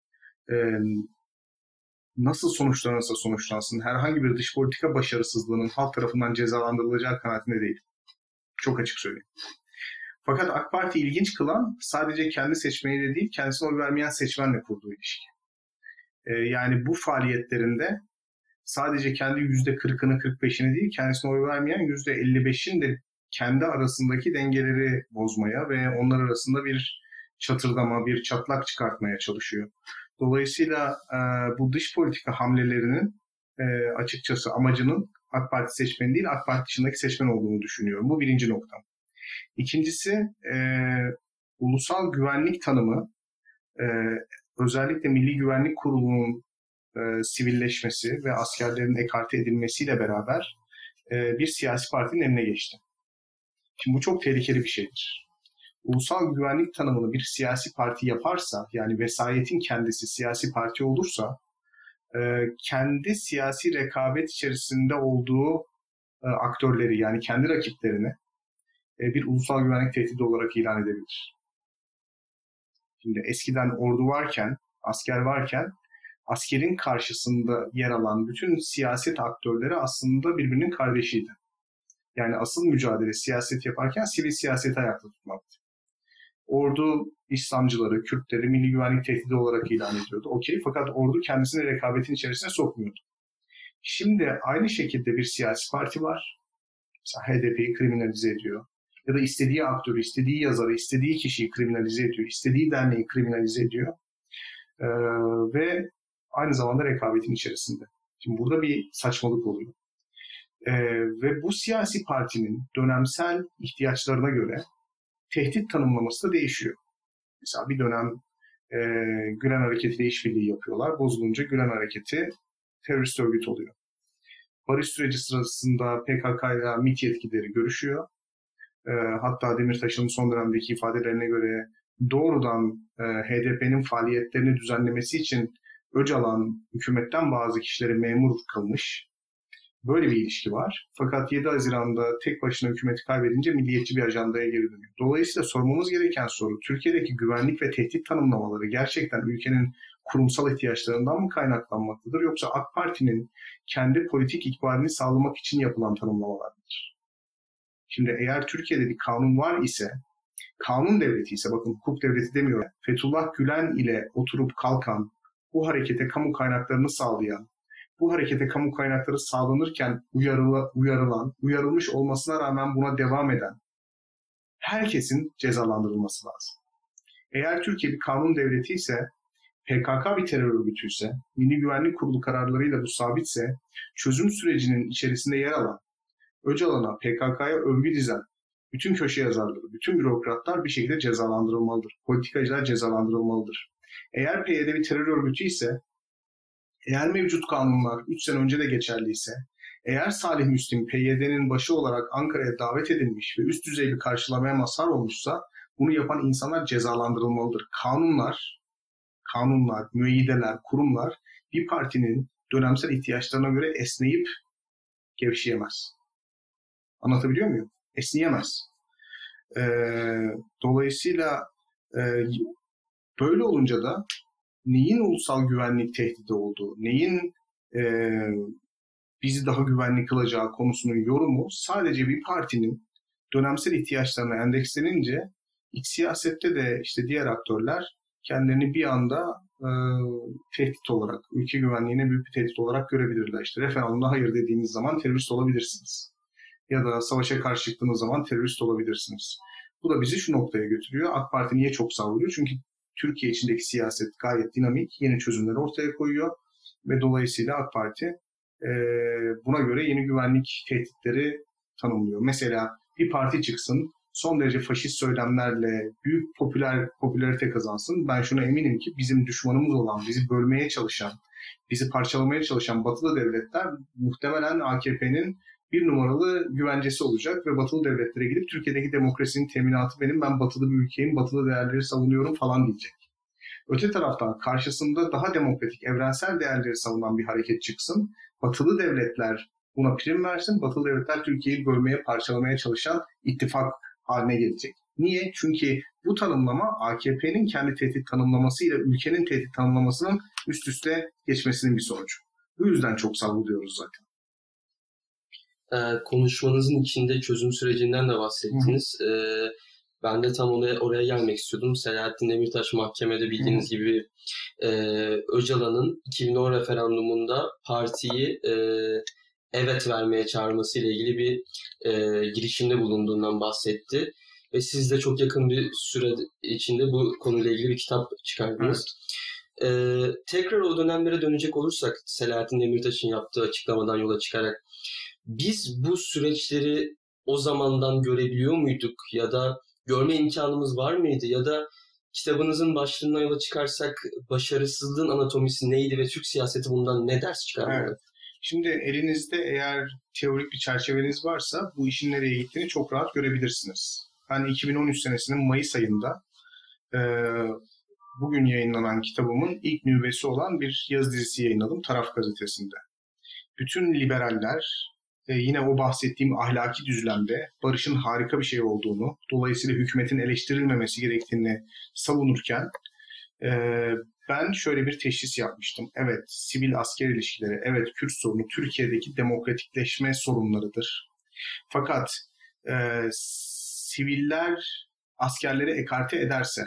nasıl sonuçlanırsa sonuçlansın, herhangi bir dış politika başarısızlığının halk tarafından cezalandırılacağı kanaatinde değil. Çok açık söyleyeyim. Fakat AK Parti ilginç kılan sadece kendi seçmeniyle değil, kendisine oy vermeyen seçmenle kurduğu ilişki. Yani bu faaliyetlerinde sadece kendi %40'ını 45'ini değil, kendisine oy vermeyen %55'in de kendi arasındaki dengeleri bozmaya ve onlar arasında bir çatırdama, bir çatlak çıkartmaya çalışıyor. Dolayısıyla bu dış politika hamlelerinin açıkçası amacının AK Parti seçmeni değil, AK Parti dışındaki seçmen olduğunu düşünüyorum. Bu birinci noktam. İkincisi, ulusal güvenlik tanımı, özellikle Milli Güvenlik Kurulu'nun sivilleşmesi ve askerlerin ekarte edilmesiyle beraber bir siyasi partinin eline geçti. Şimdi bu çok tehlikeli bir şeydir. Ulusal güvenlik tanımını bir siyasi parti yaparsa, yani vesayetin kendisi siyasi parti olursa, kendi siyasi rekabet içerisinde olduğu aktörleri, yani kendi rakiplerini bir ulusal güvenlik tehdidi olarak ilan edebilir. Şimdi eskiden ordu varken, asker varken, askerin karşısında yer alan bütün siyaset aktörleri aslında birbirinin kardeşiydi. Yani asıl mücadele siyaset yaparken sivil siyaseti ayakta tutmaktı. Ordu İslamcıları, Kürtleri milli güvenlik tehdidi olarak ilan ediyordu. Okey, fakat ordu kendisini rekabetin içerisine sokmuyordu. Şimdi aynı şekilde bir siyasi parti var. Mesela HDP'yi kriminalize ediyor. Ya da istediği aktörü, istediği yazarı, istediği kişiyi kriminalize ediyor. İstediği derneği kriminalize ediyor. Ve aynı zamanda rekabetin içerisinde. Şimdi burada bir saçmalık oluyor. Ve bu siyasi partinin dönemsel ihtiyaçlarına göre tehdit tanımlaması da değişiyor. Mesela bir dönem Gülen Hareketi ile işbirliği yapıyorlar. Bozulunca Gülen Hareketi terörist örgüt oluyor. Barış süreci sırasında PKK ile MİT yetkilileri görüşüyor. Hatta Demirtaş'ın son dönemdeki ifadelerine göre doğrudan HDP'nin faaliyetlerini düzenlemesi için Öcalan hükümetten bazı kişileri memur kılmış. Böyle bir ilişki var. Fakat 7 Haziran'da tek başına hükümeti kaybedince milliyetçi bir ajandaya geri dönüyor. Dolayısıyla sormamız gereken soru, Türkiye'deki güvenlik ve tehdit tanımlamaları gerçekten ülkenin kurumsal ihtiyaçlarından mı kaynaklanmaktadır, yoksa AK Parti'nin kendi politik ikbalini sağlamak için yapılan tanımlamalar mıdır? Şimdi eğer Türkiye'de bir kanun var ise, kanun devleti ise, bakın hukuk devleti demiyorum, Fethullah Gülen ile oturup kalkan, bu harekete kamu kaynaklarını sağlayan, bu harekete kamu kaynakları sağlanırken uyarılmış olmasına rağmen buna devam eden herkesin cezalandırılması lazım. Eğer Türkiye bir kanun devleti ise, PKK bir terör örgütü ise, Milli Güvenlik Kurulu kararlarıyla bu sabitse, çözüm sürecinin içerisinde yer alan, Öcalan'a, PKK'ya övgü dizen bütün köşe yazarları, bütün bürokratlar bir şekilde cezalandırılmalıdır. Politikacılar cezalandırılmalıdır. Eğer PYD bir terör örgütü ise, eğer mevcut kanunlar 3 sene önce de geçerliyse, eğer Salih Müslim PYD'nin başı olarak Ankara'ya davet edilmiş ve üst düzey bir karşılamaya mazhar olmuşsa, bunu yapan insanlar cezalandırılmalıdır. Kanunlar, müeyyideler, kurumlar bir partinin dönemsel ihtiyaçlarına göre esneyip gevşeyemez. Anlatabiliyor muyum? Esneyemez. Dolayısıyla böyle olunca da neyin ulusal güvenlik tehdidi olduğu, neyin bizi daha güvenli kılacağı konusunun yorumu sadece bir partinin dönemsel ihtiyaçlarına endekslenince iç siyasette de işte diğer aktörler kendilerini bir anda tehdit olarak, ülke güvenliğine büyük bir tehdit olarak görebilirler. İşte referandumda hayır dediğiniz zaman terörist olabilirsiniz. Ya da savaşa karşı çıktığınız zaman terörist olabilirsiniz. Bu da bizi şu noktaya götürüyor. AK Parti niye çok savruluyor? Çünkü Türkiye içindeki siyaset gayet dinamik, yeni çözümleri ortaya koyuyor ve dolayısıyla AK Parti buna göre yeni güvenlik tehditleri tanımlıyor. Mesela bir parti çıksın, son derece faşist söylemlerle büyük popülarite kazansın. Ben şuna eminim ki bizim düşmanımız olan, bizi bölmeye çalışan, bizi parçalamaya çalışan batılı devletler muhtemelen AKP'nin bir numaralı güvencesi olacak ve batılı devletlere gidip Türkiye'deki demokrasinin teminatı benim, ben batılı bir ülkeyim, batılı değerleri savunuyorum falan diyecek. Öte taraftan karşısında daha demokratik, evrensel değerleri savunan bir hareket çıksın, batılı devletler buna prim versin, batılı devletler Türkiye'yi bölmeye, parçalamaya çalışan ittifak haline gelecek. Niye? Çünkü bu tanımlama AKP'nin kendi tehdit tanımlamasıyla ülkenin tehdit tanımlamasının üst üste geçmesinin bir sonucu. Bu yüzden çok savruluyoruz zaten. Konuşmanızın içinde çözüm sürecinden de bahsettiniz. Ben de tam oraya gelmek istiyordum. Selahattin Demirtaş mahkemede bildiğiniz gibi Öcalan'ın 2010 referandumunda partiyi evet vermeye çağırması ile ilgili bir girişimde bulunduğundan bahsetti. Ve siz de çok yakın bir süre içinde bu konuyla ilgili bir kitap çıkardınız. Evet. Tekrar o dönemlere dönecek olursak, Selahattin Demirtaş'ın yaptığı açıklamadan yola çıkarak, biz bu süreçleri o zamandan görebiliyor muyduk ya da görme imkanımız var mıydı, ya da kitabınızın başlığından yola çıkarsak başarısızlığın anatomisi neydi ve Türk siyaseti bundan ne ders çıkarmalı? Evet. Şimdi elinizde eğer teorik bir çerçeveniz varsa bu işin nereye gittiğini çok rahat görebilirsiniz. Ben 2013 senesinin Mayıs ayında bugün yayınlanan kitabımın ilk nüvesi olan bir yazı dizisi yayınladım Taraf Gazetesi'nde. Bütün liberaller yine o bahsettiğim ahlaki düzlemde barışın harika bir şey olduğunu, dolayısıyla hükümetin eleştirilmemesi gerektiğini savunurken ben şöyle bir teşhis yapmıştım. Evet, sivil asker ilişkileri, evet Kürt sorunu Türkiye'deki demokratikleşme sorunlarıdır. Fakat siviller askerleri ekarte ederse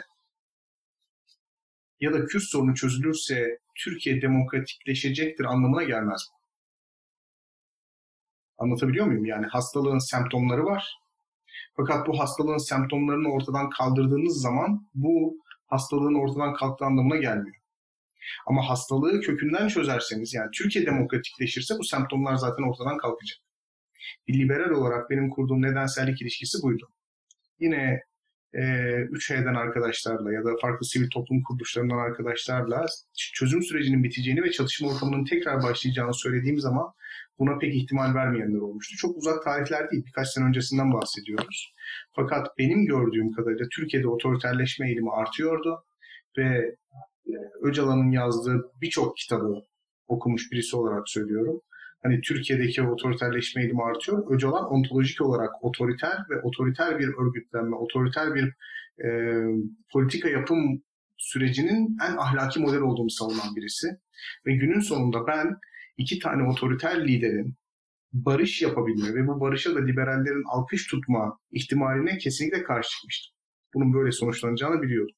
ya da Kürt sorunu çözülürse Türkiye demokratikleşecektir anlamına gelmez bu. Anlatabiliyor muyum? Yani hastalığın semptomları var. Fakat bu hastalığın semptomlarını ortadan kaldırdığınız zaman bu hastalığın ortadan kalktığı anlamına gelmiyor. Ama hastalığı kökünden çözerseniz, yani Türkiye demokratikleşirse bu semptomlar zaten ortadan kalkacak. Bir liberal olarak benim kurduğum nedensellik ilişkisi buydu. Yine 3H'den arkadaşlarla ya da farklı sivil toplum kuruluşlarından arkadaşlarla çözüm sürecinin biteceğini ve çatışma ortamının tekrar başlayacağını söylediğim zaman buna pek ihtimal vermeyenler olmuştu. Çok uzak tarihler değil, birkaç sene öncesinden bahsediyoruz. Fakat benim gördüğüm kadarıyla Türkiye'de otoriterleşme eğilimi artıyordu ve Öcalan'ın yazdığı birçok kitabı okumuş birisi olarak söylüyorum. Hani Türkiye'deki otoriterleşme eğilimi artıyor. Öcalan ontolojik olarak otoriter ve otoriter bir örgütlenme, otoriter bir politika yapım sürecinin en ahlaki model olduğunu savunan birisi. Ve günün sonunda ben iki tane otoriter liderin barış yapabilme ve bu barışa da liberallerin alkış tutma ihtimaline kesinlikle karşı çıkmıştım. Bunun böyle sonuçlanacağını biliyordum.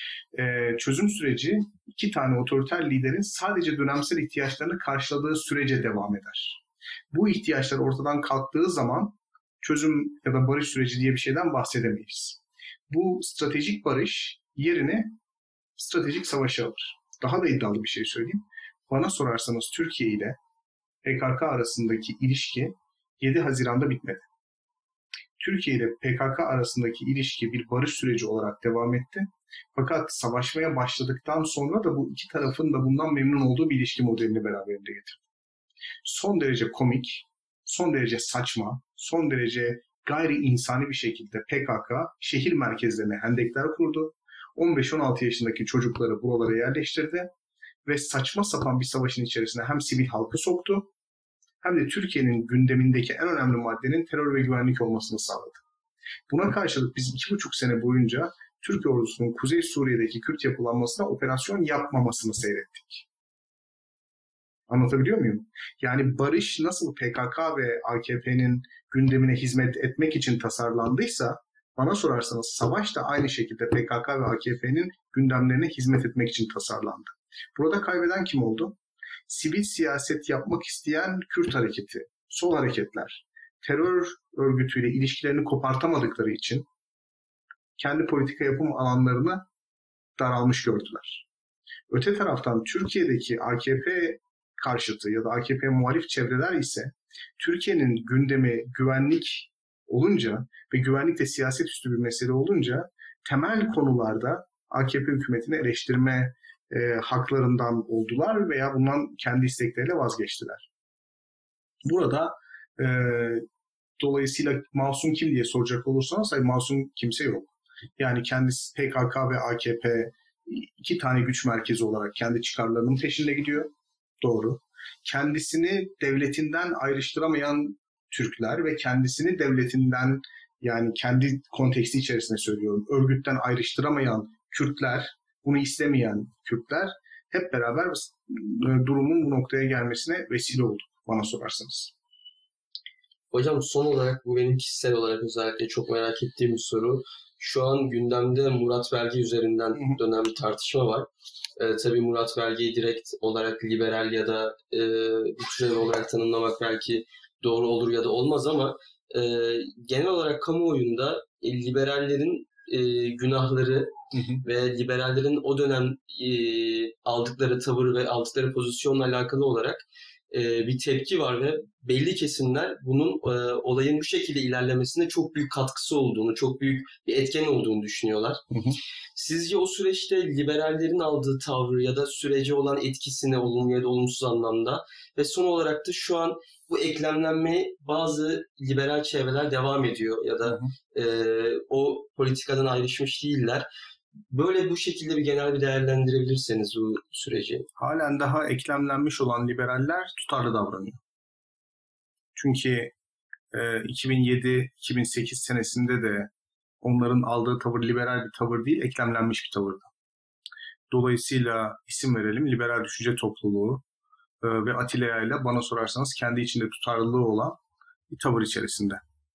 Çözüm süreci iki tane otoriter liderin sadece dönemsel ihtiyaçlarını karşıladığı sürece devam eder. Bu ihtiyaçlar ortadan kalktığı zaman çözüm ya da barış süreci diye bir şeyden bahsedemeyiz. Bu stratejik barış yerine stratejik savaşı alır. Daha da iddialı bir şey söyleyeyim. Bana sorarsanız Türkiye ile PKK arasındaki ilişki 7 Haziran'da bitmedi. Türkiye ile PKK arasındaki ilişki bir barış süreci olarak devam etti. Fakat savaşmaya başladıktan sonra da bu iki tarafın da bundan memnun olduğu bir ilişki modelini beraberinde getirdi. Son derece komik, son derece saçma, son derece gayri insani bir şekilde PKK şehir merkezlerine hendekler kurdu. 15-16 yaşındaki çocukları buralara yerleştirdi ve saçma sapan bir savaşın içerisine hem sivil halkı soktu hem de Türkiye'nin gündemindeki en önemli maddenin terör ve güvenlik olmasını sağladı. Buna karşılık biz 2,5 sene boyunca Türk ordusunun Kuzey Suriye'deki Kürt yapılanmasına operasyon yapmamasını seyrettik. Anlatabiliyor muyum? Yani barış nasıl PKK ve AKP'nin gündemine hizmet etmek için tasarlandıysa, bana sorarsanız savaş da aynı şekilde PKK ve AKP'nin gündemlerine hizmet etmek için tasarlandı. Burada kaybeden kim oldu? Sivil siyaset yapmak isteyen Kürt hareketi, sol hareketler, terör örgütüyle ilişkilerini kopartamadıkları için kendi politika yapım alanlarını daralmış gördüler. Öte taraftan Türkiye'deki AKP karşıtı ya da AKP muhalif çevreler ise Türkiye'nin gündemi güvenlik olunca ve güvenlik de siyaset üstü bir mesele olunca temel konularda AKP hükümetini eleştirme haklarından oldular veya bundan kendi istekleriyle vazgeçtiler. Burada dolayısıyla masum kim diye soracak olursanız hayır, masum kimse yok. Yani kendisi PKK ve AKP iki tane güç merkezi olarak kendi çıkarlarının peşinde gidiyor. Doğru. Kendisini devletinden ayrıştıramayan Türkler ve kendisini devletinden, yani kendi konteksti içerisinde söylüyorum, örgütten ayrıştıramayan Kürtler, bunu istemeyen Kürtler hep beraber durumun bu noktaya gelmesine vesile oldu bana sorarsanız. Hocam son olarak bu benim kişisel olarak özellikle çok merak ettiğim bir soru. Şu an gündemde Murat Belge üzerinden dönen bir tartışma var. Tabii Murat Belge'yi direkt olarak liberal ya da bir türev olarak tanımlamak belki doğru olur ya da olmaz ama genel olarak kamuoyunda liberallerin günahları ve liberallerin o dönem aldıkları tavır ve aldıkları pozisyonla alakalı olarak bir tepki var ve belli kesimler bunun olayın bu şekilde ilerlemesine çok büyük katkısı olduğunu, çok büyük bir etken olduğunu düşünüyorlar. Sizce o süreçte liberallerin aldığı tavrı ya da sürece olan etkisine olumlu ya da olumsuz anlamda ve son olarak da şu an bu eklemlenmeye bazı liberal çevreler devam ediyor ya da o politikadan ayrışmış değiller. Böyle bu şekilde bir genel bir değerlendirebilirseniz bu süreci. Halen daha eklemlenmiş olan liberaller tutarlı davranıyor. Çünkü 2007-2008 senesinde de onların aldığı tavır liberal bir tavır değil, eklemlenmiş bir tavırdı. Dolayısıyla isim verelim, liberal düşünce topluluğu ve Atilla ile bana sorarsanız kendi içinde tutarlılığı olan bir tavır içerisinde.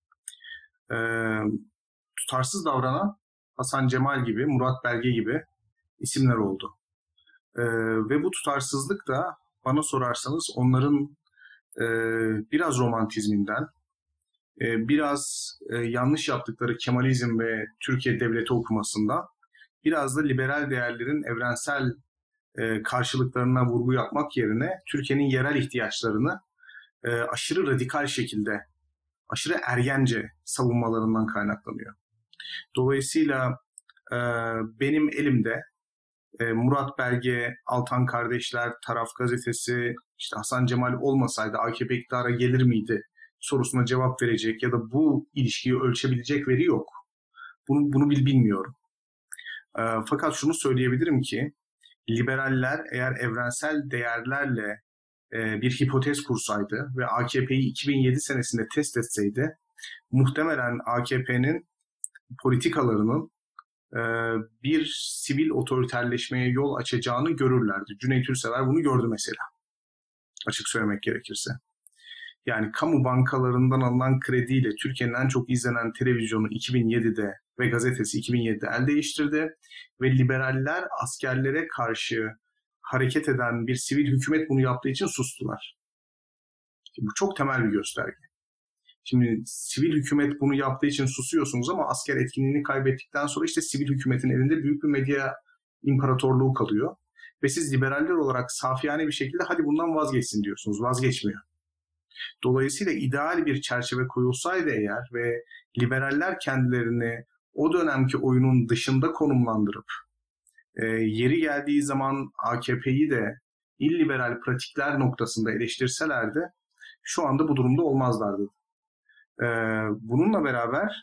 Tutarsız davranan Hasan Cemal gibi, Murat Belge gibi isimler oldu. Ve bu tutarsızlık da bana sorarsanız onların biraz romantizminden, biraz yanlış yaptıkları Kemalizm ve Türkiye Devleti okumasından, biraz da liberal değerlerin evrensel karşılıklarına vurgu yapmak yerine Türkiye'nin yerel ihtiyaçlarını aşırı radikal şekilde, aşırı ergence savunmalarından kaynaklanıyor. Dolayısıyla benim elimde Murat Belge, Altan Kardeşler, Taraf Gazetesi, işte Hasan Cemal olmasaydı AKP iktidara gelir miydi sorusuna cevap verecek ya da bu ilişkiyi ölçebilecek veri yok. Bunu bilmiyorum. Fakat şunu söyleyebilirim ki liberaller eğer evrensel değerlerle bir hipotez kursaydı ve AKP'yi 2007 senesinde test etseydi muhtemelen AKP'nin politikalarının bir sivil otoriterleşmeye yol açacağını görürlerdi. Cüneyt Ülsever bunu gördü mesela. Açık söylemek gerekirse. Yani kamu bankalarından alınan krediyle Türkiye'nin en çok izlenen televizyonu 2007'de ve gazetesi 2007'de el değiştirdi. Ve liberaller askerlere karşı hareket eden bir sivil hükümet bunu yaptığı için sustular. Şimdi bu çok temel bir gösterge. Şimdi sivil hükümet bunu yaptığı için susuyorsunuz ama asker etkinliğini kaybettikten sonra işte sivil hükümetin elinde büyük bir medya imparatorluğu kalıyor. Ve siz liberaller olarak safiyane bir şekilde hadi bundan vazgeçsin diyorsunuz. Vazgeçmiyor. Dolayısıyla ideal bir çerçeve koyulsaydı eğer ve liberaller kendilerini o dönemki oyunun dışında konumlandırıp yeri geldiği zaman AKP'yi de illiberal pratikler noktasında eleştirselerdi şu anda bu durumda olmazlardı. Bununla beraber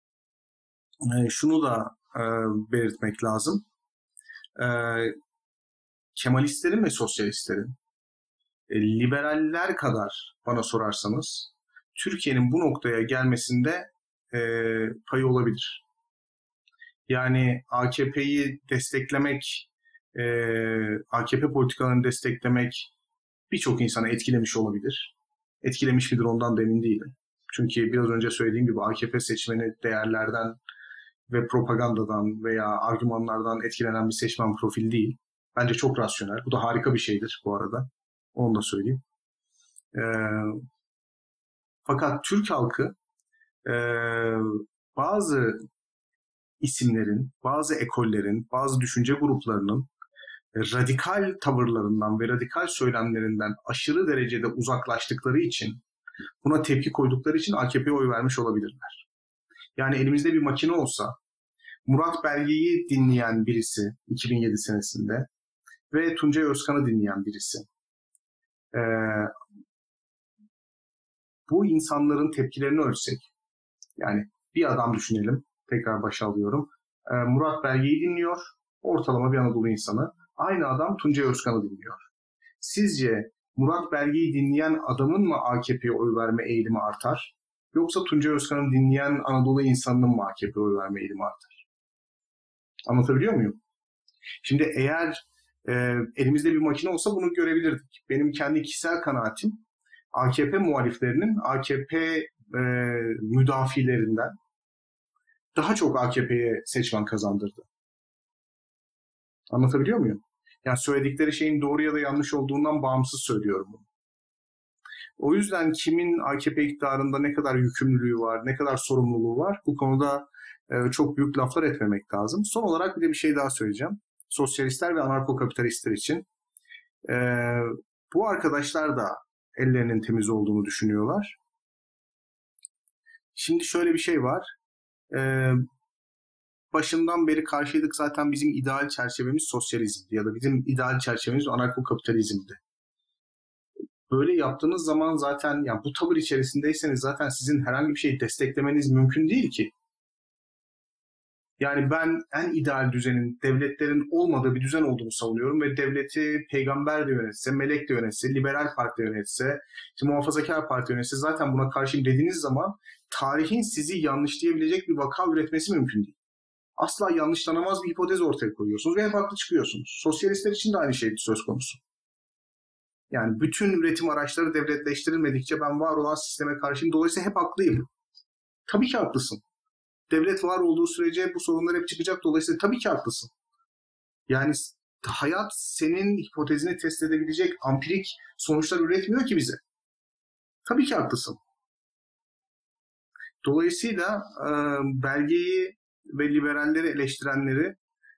şunu da belirtmek lazım. Kemalistlerin ve sosyalistlerin liberaller kadar bana sorarsanız Türkiye'nin bu noktaya gelmesinde payı olabilir. Yani AKP'yi desteklemek, AKP politikalarını desteklemek birçok insanı etkilemiş olabilir. Etkilemiş midir ondan da emin değilim. Çünkü biraz önce söylediğim gibi AKP seçmeni değerlerden ve propagandadan veya argümanlardan etkilenen bir seçmen profili değil. Bence çok rasyonel. Bu da harika bir şeydir bu arada. Onu da söyleyeyim. Fakat Türk halkı bazı isimlerin, bazı ekollerin, bazı düşünce gruplarının radikal tavırlarından ve radikal söylemlerinden aşırı derecede uzaklaştıkları için, buna tepki koydukları için AKP'ye oy vermiş olabilirler. Yani elimizde bir makine olsa, Murat Belge'yi dinleyen birisi 2007 senesinde ve Tuncay Özkan'ı dinleyen birisi, bu insanların tepkilerini ölçsek, yani bir adam düşünelim, tekrar başa alıyorum, Murat Belge'yi dinliyor, ortalama bir Anadolu insanı, aynı adam Tuncay Özkan'ı dinliyor. Sizce Murat Belge'yi dinleyen adamın mı AKP'ye oy verme eğilimi artar, yoksa Tuncay Özkan'ı dinleyen Anadolu insanının mı AKP'ye oy verme eğilimi artar? Anlatabiliyor muyum? Şimdi eğer elimizde bir makine olsa bunu görebilirdik. Benim kendi kişisel kanaatim AKP muhaliflerinin AKP müdafilerinden daha çok AKP'ye seçmen kazandırdı. Anlatabiliyor muyum? Yani söyledikleri şeyin doğru ya da yanlış olduğundan bağımsız söylüyorum bunu. O yüzden kimin AKP iktidarında ne kadar yükümlülüğü var, ne kadar sorumluluğu var bu konuda çok büyük laflar etmemek lazım. Son olarak bir de bir şey daha söyleyeceğim. Sosyalistler ve anarko-kapitalistler için. Bu arkadaşlar da ellerinin temiz olduğunu düşünüyorlar. Şimdi şöyle bir şey var. Başından beri karşıydık zaten bizim ideal çerçevemiz sosyalizmdi ya da bizim ideal çerçevemiz anarko-kapitalizmdi. Böyle yaptığınız zaman zaten yani bu tavır içerisindeyseniz zaten sizin herhangi bir şeyi desteklemeniz mümkün değil ki. Yani ben en ideal düzenin devletlerin olmadığı bir düzen olduğunu savunuyorum ve devleti peygamber de yönetse, melek de yönetse, liberal parti de yönetse, işte muhafazakar parti yönetse zaten buna karşıyım dediğiniz zaman tarihin sizi yanlışlayabilecek bir vaka üretmesi mümkün değil. Asla yanlışlanamaz bir hipotez ortaya koyuyorsunuz ve hep haklı çıkıyorsunuz. Sosyalistler için de aynı şey söz konusu. Yani bütün üretim araçları devletleştirilmedikçe ben var olan sisteme karşıyım. Dolayısıyla hep haklıyım. Tabii ki haklısın. Devlet var olduğu sürece bu sorunlar hep çıkacak. Dolayısıyla tabii ki haklısın. Yani hayat senin hipotezini test edebilecek ampirik sonuçlar üretmiyor ki bize. Tabii ki haklısın. Dolayısıyla belgeyi ve liberalleri eleştirenleri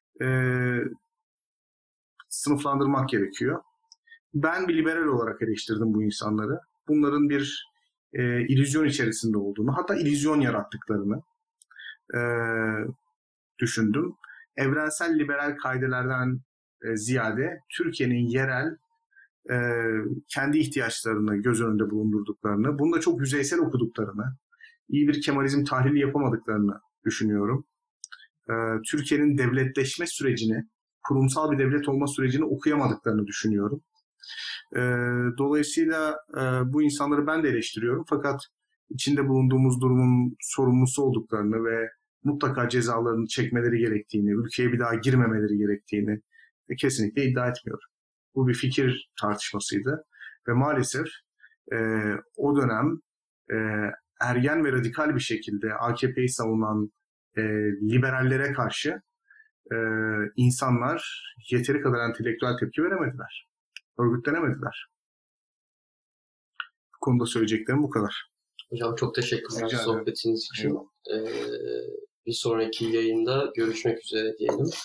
sınıflandırmak gerekiyor. Ben bir liberal olarak eleştirdim bu insanları. Bunların bir illüzyon içerisinde olduğunu, hatta illüzyon yarattıklarını düşündüm. Evrensel liberal kaidelerden ziyade Türkiye'nin yerel kendi ihtiyaçlarını göz önünde bulundurduklarını, bunu da çok yüzeysel okuduklarını, iyi bir Kemalizm tahlili yapamadıklarını düşünüyorum. Türkiye'nin devletleşme sürecini, kurumsal bir devlet olma sürecini okuyamadıklarını düşünüyorum. Dolayısıyla bu insanları ben de eleştiriyorum. Fakat içinde bulunduğumuz durumun sorumlusu olduklarını ve mutlaka cezalarını çekmeleri gerektiğini, ülkeye bir daha girmemeleri gerektiğini kesinlikle iddia etmiyorum. Bu bir fikir tartışmasıydı. Ve maalesef o dönem ergen ve radikal bir şekilde AKP'yi savunan liberallere karşı insanlar yeteri kadar entelektüel tepki veremediler. Örgütlenemediler. Bu konuda söyleyeceklerim bu kadar. Hocam çok teşekkürler sohbetiniz için. Bir sonraki yayında görüşmek üzere diyelim.